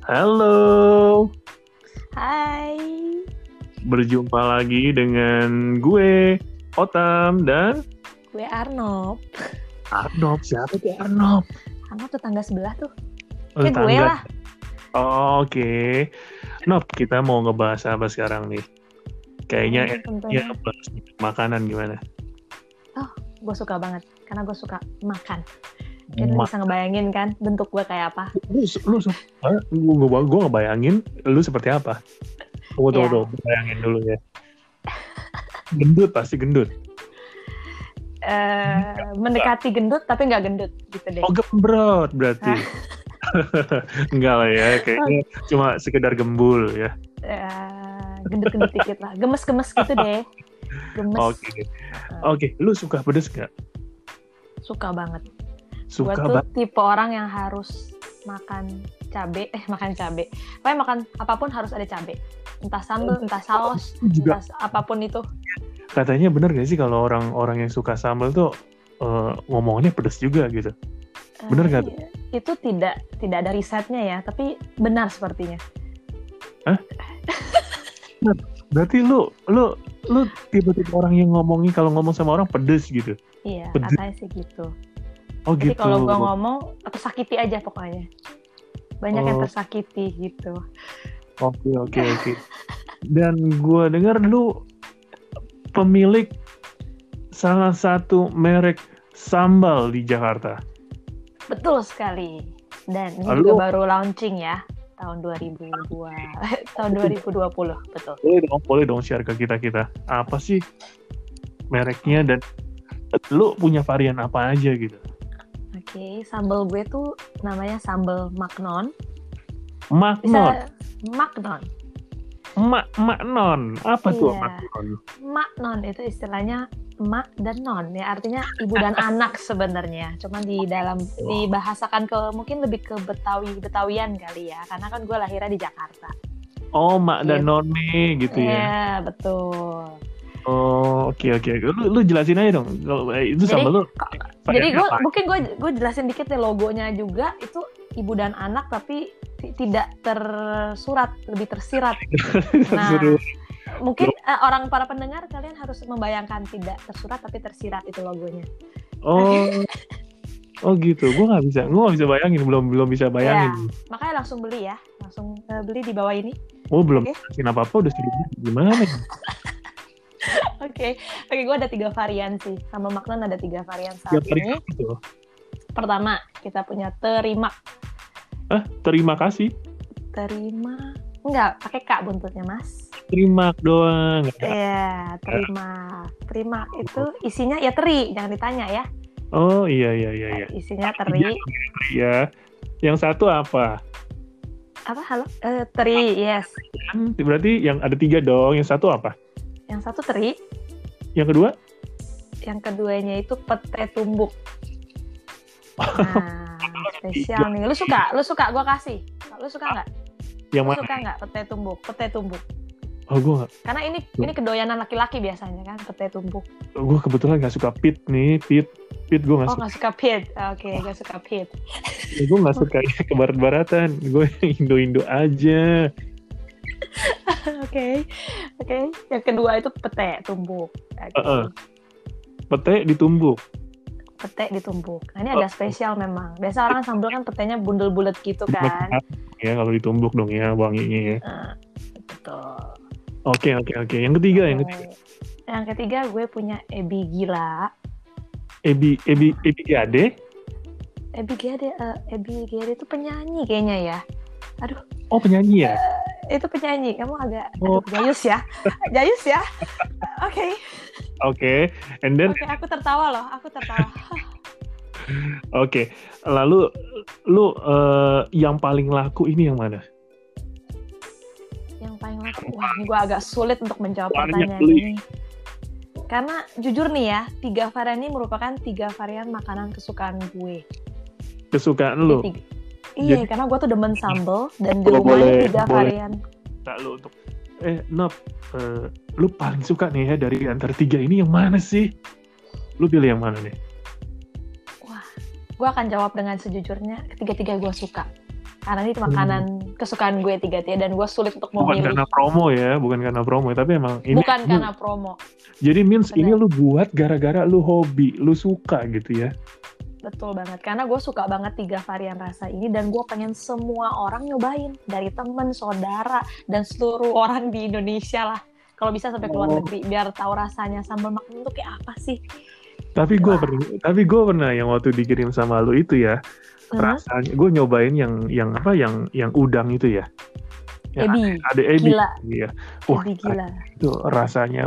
Halo, Hai, berjumpa lagi dengan gue, Otam, dan gue Arnop. Arnob. Siapa tuh Arnob? Arnop tetangga sebelah tuh. Oh, Kayak gue tetangga. lah. Oke. Nob, kita mau ngebahas apa sekarang nih? Kayaknya Sekarang ya tentunya, bahas makanan gimana? gue suka banget. Karena gue suka makan. Kayak lu Ma- bisa ngebayangin kan bentuk gue kayak apa. lu suka? Gue ngebayangin lu seperti apa? Ya, Tunggu, bayangin dulu ya. Gendut, pasti gendut. mendekati gendut tapi nggak gendut gitu deh. Oh, gembrot berarti. Enggak lah ya, kayaknya cuma sekedar gembul ya. Gendut-gendut dikit lah. Gemes-gemes gitu deh. Gemes. Oke. Lu suka pedes nggak? Suka banget. Gue Suka tuh banget. tipe orang yang harus makan cabe. Pokoknya makan apapun harus ada cabe. Entah sambal, entah saus, Juga entah apapun itu. katanya bener gak sih kalau orang yang suka sambal tuh ngomongnya pedes juga gitu. Bener gak tuh? Itu tidak ada risetnya ya, tapi benar sepertinya. Berarti lu tipe-tipe orang yang ngomongin kalau ngomong sama orang pedes gitu. Iya, Pedes. katanya sih gitu. Oh Jadi gitu. kalau gua ngomong, tersakiti aja pokoknya. Banyak yang Oh. tersakiti gitu. Oke. Dan gue dengar lu pemilik salah satu merek sambal di Jakarta. Betul sekali. Dan ini Lalu- juga baru launching ya, tahun 2020, betul. Boleh dong share ke kita. Apa sih mereknya dan lu punya varian apa aja gitu? Oke, sambal gue tuh namanya sambal Magnon. Magnon. Bisa Magnon. Magnon. Apa tuh Iya. Magnon? Magnon itu istilahnya mak dan non ya, artinya ibu dan anak sebenarnya. Cuman dibahasakan ke mungkin lebih ke Betawian kali ya, karena kan gue lahirnya di Jakarta. Oh, mak dan Iya. none gitu ya. Iya, betul. Oh, oke. Lu jelasin aja dong. Itu Jadi, sambal lu. Jadi variannya apa? mungkin gue jelasin dikit ya, logonya juga itu ibu dan anak tapi tidak tersurat, lebih tersirat. Nah, Seru. mungkin para pendengar kalian harus membayangkan tidak tersurat tapi tersirat itu logonya. Oh gitu. Gue nggak bisa bayangin. Belum bisa bayangin. Makanya langsung beli ya, langsung beli di bawah ini. Oh, belum Oke. jelasin apa-apa udah suruh beli. Gimana ya? Oke, gue ada 3 varian sih. Sama Magnon ada 3 varian Ya, saat ini. gitu. Pertama, kita punya terimak. Terima kasih. Terima, enggak, pakai K buntutnya, Mas. Terima doang. Iya, terima itu isinya ya teri, jangan ditanya ya. Oh iya. Isinya teri. Ya. Yang satu apa? Apa? Halo? Teri, yes. Berarti yang ada 3 dong. Yang satu apa? Yang satu teri, Yang kedua? yang keduanya itu pete tumbuk. Nah, spesial nih. Lu suka gua kasih. Lu suka nggak? Yang Lu mana? suka nggak pete tumbuk? Oh, gue Karena ini kedoyanan laki-laki biasanya kan, pete tumbuk. kebetulan nggak suka pit nih. Pit gue nggak Oh, suka. nggak suka pit. Oke, nggak suka pit. Gue nggak suka ke barat-baratan. Gue Indo aja. Oke. Yang kedua itu pete tumbuk. Oke. Pete ditumbuk. Pete ditumbuk. Nah, ini agak spesial memang. Biasa orang sambal kan petenya bundel bulat gitu kan. Ya kalau ditumbuk dong ya wanginya ya. Betul. Oke. Yang ketiga. Yang ketiga gue punya Ebi Gila. Ebi Gade. Ebi Gade itu penyanyi kayaknya ya. Aduh. Oh, penyanyi ya? Itu penyanyi. Kamu agak jayus ya. Oke. And then Oke, aku tertawa loh. Oke. Lalu lu yang paling laku ini yang mana? Yang paling laku. Wah, ini gue agak sulit untuk menjawab Banyak pertanyaan beli. ini. Karena jujur nih ya, 3 varian ini merupakan 3 varian makanan kesukaan gue. Kesukaan lu? Iya, karena gue tuh demen sambal dan di Oh, rumahnya 3 boleh. varian. Tak lu untuk Nob, lu paling suka nih ya dari antara 3 ini yang mana sih? Lu pilih yang mana nih? Gue akan jawab dengan sejujurnya, ketiga-tiga gue suka. Karena itu makanan kesukaan gue 3T dan gue sulit untuk Bukan memilih. karena promo ya, tapi emang ini. Bukan karena promo. Jadi means Bener. ini lu buat gara-gara lu hobi, lu suka gitu ya. Betul banget, karena gue suka banget 3 varian rasa ini dan gue pengen semua orang nyobain, dari temen, saudara, dan seluruh orang di Indonesia lah. Kalau bisa sampai keluar negeri, biar tahu rasanya sambal maknun itu kayak apa sih. Tapi gue pernah yang waktu dikirim sama lu itu ya, rasanya gue nyobain yang udang itu ya. Ebi, ada ebi gila. Ya. Ebi gila. Itu rasanya,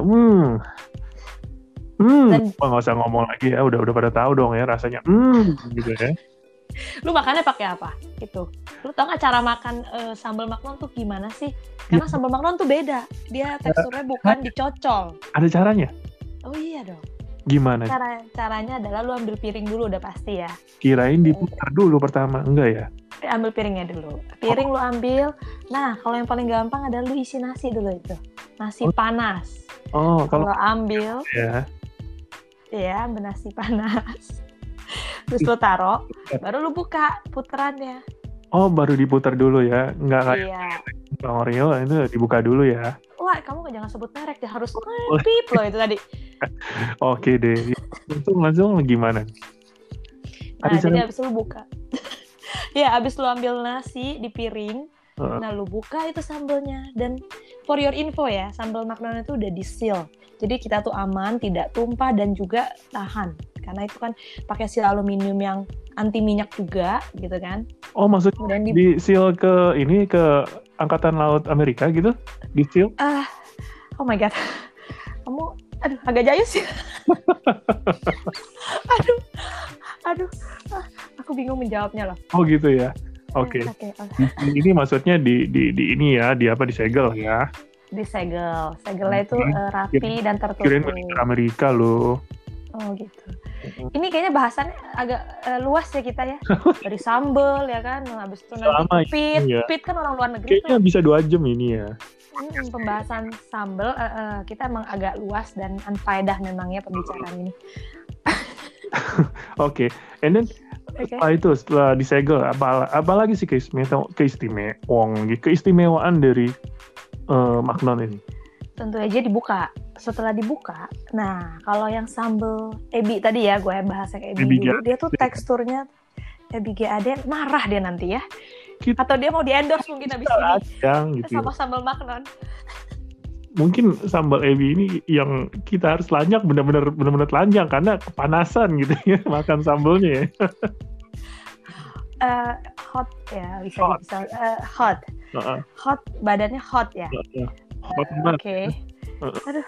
nggak usah ngomong lagi ya, udah pada tahu dong ya rasanya, gitu ya. Lu makannya pakai apa? Itu. Lu tau nggak cara makan sambal maknun tuh gimana sih? Karena sambal maknun tuh beda, dia teksturnya bukan dicocol. Ada caranya? Oh iya dong. Gimana? Caranya adalah lu ambil piring dulu udah pasti ya. Kirain diputar dulu pertama, enggak ya? Ambil piringnya dulu. Piring lu ambil. Nah, kalau yang paling gampang adalah lu isi nasi dulu itu. Nasi panas. Oh, kalau ambil ya, ambil nasi panas. Terus lu taruh, baru lu buka puterannya. Oh, baru diputar dulu ya. Enggak kayak Oreo itu dibuka dulu ya. Wah, kamu jangan sebut merek ya, harus pip loh itu tadi. Oke deh. Langsung gimana? Nah, jadi abis lu buka. Ya, abis lu ambil nasi di piring, nah lu buka itu sambelnya. Dan for your info ya, sambal maknun itu udah di-seal. Jadi kita tuh aman, tidak tumpah dan juga tahan. Karena itu kan pakai seal aluminium yang anti minyak juga, gitu kan. Oh, maksudnya di-seal ke Angkatan Laut Amerika gitu? Di-seal? Oh my god. Kamu, agak jayus ya. Aduh. Aku bingung menjawabnya loh. Oh gitu ya. Oke. Ini maksudnya di ini ya, di segel ya? Disegel. Segelnya itu rapi dan tertutup. Kirain Amerika loh. Oh gitu. Ini kayaknya bahasannya agak luas ya kita ya. Dari sambel ya kan, habis itu nanti pit kan orang luar negeri. Kayaknya bisa 2 jam ini ya. Pembahasan sambel kita emang agak luas dan unfaedah memang ya pembicaraan ini. Oke. And then setelah disegel apa lagi sih keistimewaan dari maknun ini? Tentu aja dibuka. Setelah dibuka, nah kalau yang sambal ebi tadi ya, gue bahas yang ebi dulu, dia tuh teksturnya ebi GAD, marah dia nanti ya. Atau dia mau di-endorse mungkin abis ini gitu sama sambal maknun. Mungkin sambal ebi ini yang kita harus telanjang, benar-benar telanjang karena kepanasan gitu ya makan sambalnya ya. Hot ya, bisa hot. Hot, badannya hot ya. Oke. Aduh.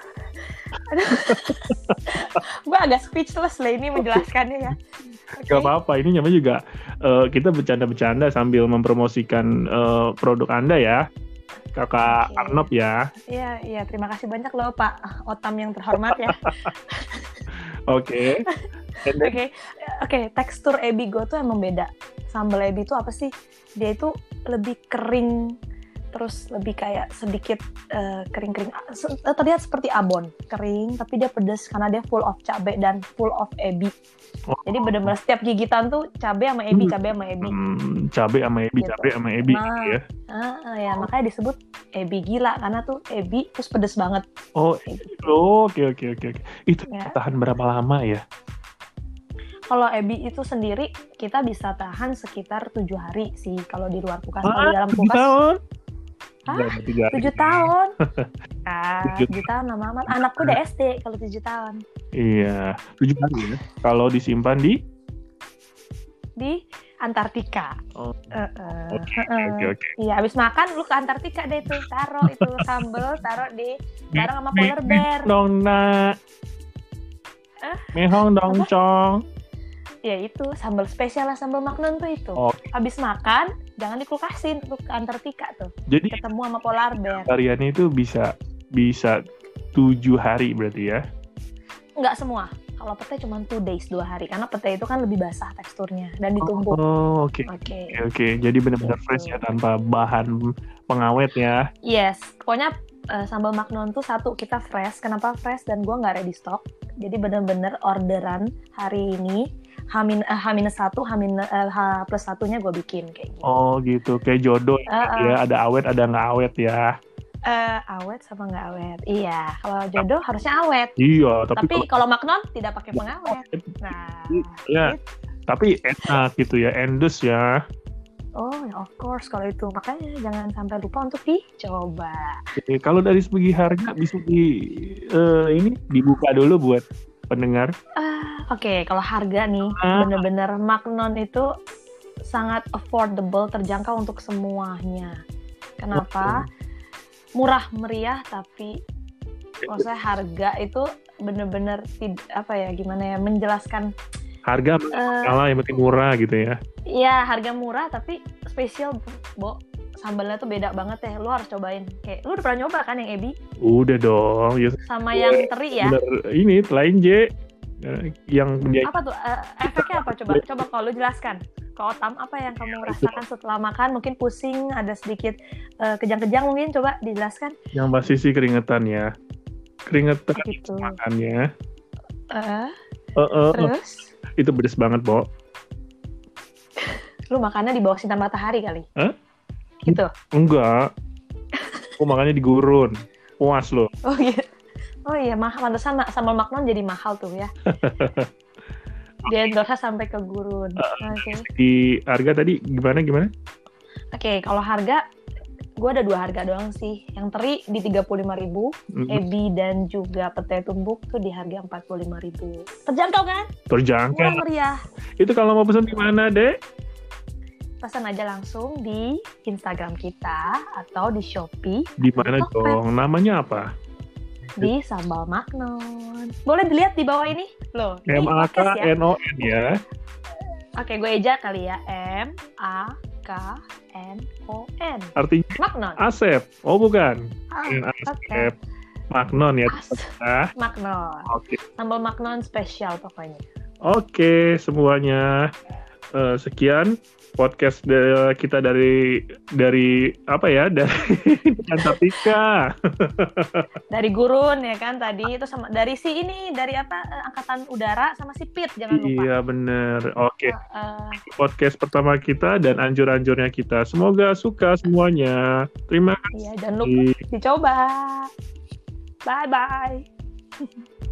Gue agak speechless lah ini menjelaskannya ya. Gak apa-apa, ini namanya juga kita bercanda-bercanda sambil mempromosikan produk Anda ya, Kakak Arnob ya. Iya, terima kasih banyak loh Pak Otam yang terhormat ya. Oke, tekstur ebi gue tuh emang beda. Sambal ebi itu apa sih? Dia itu lebih kering, terus lebih kayak sedikit kering-kering. Terlihat seperti abon, kering, tapi dia pedas karena dia full of cabai dan full of ebi. Jadi benar-benar setiap gigitan tuh cabai sama ebi, cabai sama ebi. Cabai sama ebi, gitu. Cabai sama ebi nah, ya. Ya makanya disebut ebi gila karena tuh ebi terus pedas banget. Oke. Itu tahan berapa lama ya? Kalau ebi itu sendiri kita bisa tahan sekitar 7 hari sih kalau di luar kulkas. Kalau di dalam kulkas 7 tahun. 7 tahun lama-lama. Anakku udah SD kalau 7 tahun. Iya, 7 hari ya. Kalau disimpan di Antartika. Oke. Iya, abis makan lu ke Antartika deh tuh, taruh itu sambel, taruh di bareng sama polar bear. Dong nak. Mehong dong cong. Ya itu sambal spesial lah, sambal maknun tuh itu. Abis makan jangan dikulkasin, lu ke Antartika tuh. Jadi ketemu sama polar bear. Variannya itu bisa 7 hari berarti ya? Enggak semua. Kalau pete cuma 2 days, 2 hari. Karena pete itu kan lebih basah teksturnya dan ditumbuk. Oke. Jadi benar-benar fresh ya, tanpa bahan pengawet ya? Yes. Pokoknya sambal maknun tuh satu, kita fresh. Kenapa fresh? Dan gue nggak ready stock. Jadi benar-benar orderan hari ini. H-1, H+1-nya gue bikin kayak gitu. Oh gitu, kayak jodoh ya, ada awet ada nggak awet ya. Awet sama nggak awet. Iya, kalau jodoh harusnya awet. Iya, Tapi kalau Magnon tidak pakai pengawet. Nah, ya, gitu. tapi enak gitu ya, endus ya. Oh, of course kalau itu. Makanya jangan sampai lupa untuk dicoba. Oke, kalau dari segi harga bisa ini dibuka dulu buat pendengar. Oke, kalau harga nih bener-bener Magnon itu sangat affordable, terjangkau untuk semuanya. Kenapa? Murah meriah tapi maksudnya harga itu bener-bener gimana ya menjelaskan. Harga kalah yang penting murah gitu ya. Iya, harga murah tapi spesial, Bo. Sambalnya tuh beda banget ya. Lu harus cobain. Kayak lu udah pernah nyoba kan yang ebi? Udah dong. Ya, sama yang teri ya? Bener, ini lain J. Yang dia... Apa tuh? Efeknya apa? Coba kalau lu jelaskan. Kalau Otam, apa yang kamu rasakan setelah makan? Mungkin pusing, ada sedikit kejang-kejang mungkin. Coba dijelaskan. Yang pasti sih keringetan ya. Keringetan gitu. Makannya. Terus? Itu pedes banget, Bo. Lu makannya di bawah sinar matahari kali? Hah? Gitu? Enggak. Aku makannya di gurun. Puas lo. Oh iya. Oh iya, pantesan sambal Magnon jadi mahal tuh ya. Dia endorse sampai ke gurun. Oke. Di harga tadi gimana? Oke, kalau harga gue ada 2 harga doang sih. Yang teri di 35.000, ebi dan juga pete tumbuk tuh di harga 45.000. Terjangkau kan? Terjangkau. Murah meriah. Itu kalau mau pesan di mana, Dek? Pesan aja langsung di Instagram kita atau di Shopee. Di mana dong? Namanya apa? Di Sambal Magnon. Boleh dilihat di bawah ini. Loh, ini podcast ya. MAKNON ya. Oke, gue eja kali ya. MAKNON. Artinya Magnon. Asep. Oh, bukan. Asep. Okay. Magnon ya. Magnon. Oke. Sambal Magnon spesial pokoknya. Oke, semuanya. Sekian podcast kita dari apa ya? Dari Antartika. Dari gurun ya kan tadi itu sama dari dari angkatan udara sama si Pit, jangan lupa. Iya bener. Oke. Podcast pertama kita dan anjur-anjurnya kita. Semoga suka semuanya. Terima kasih. Iya, jangan lupa dicoba. Bye bye.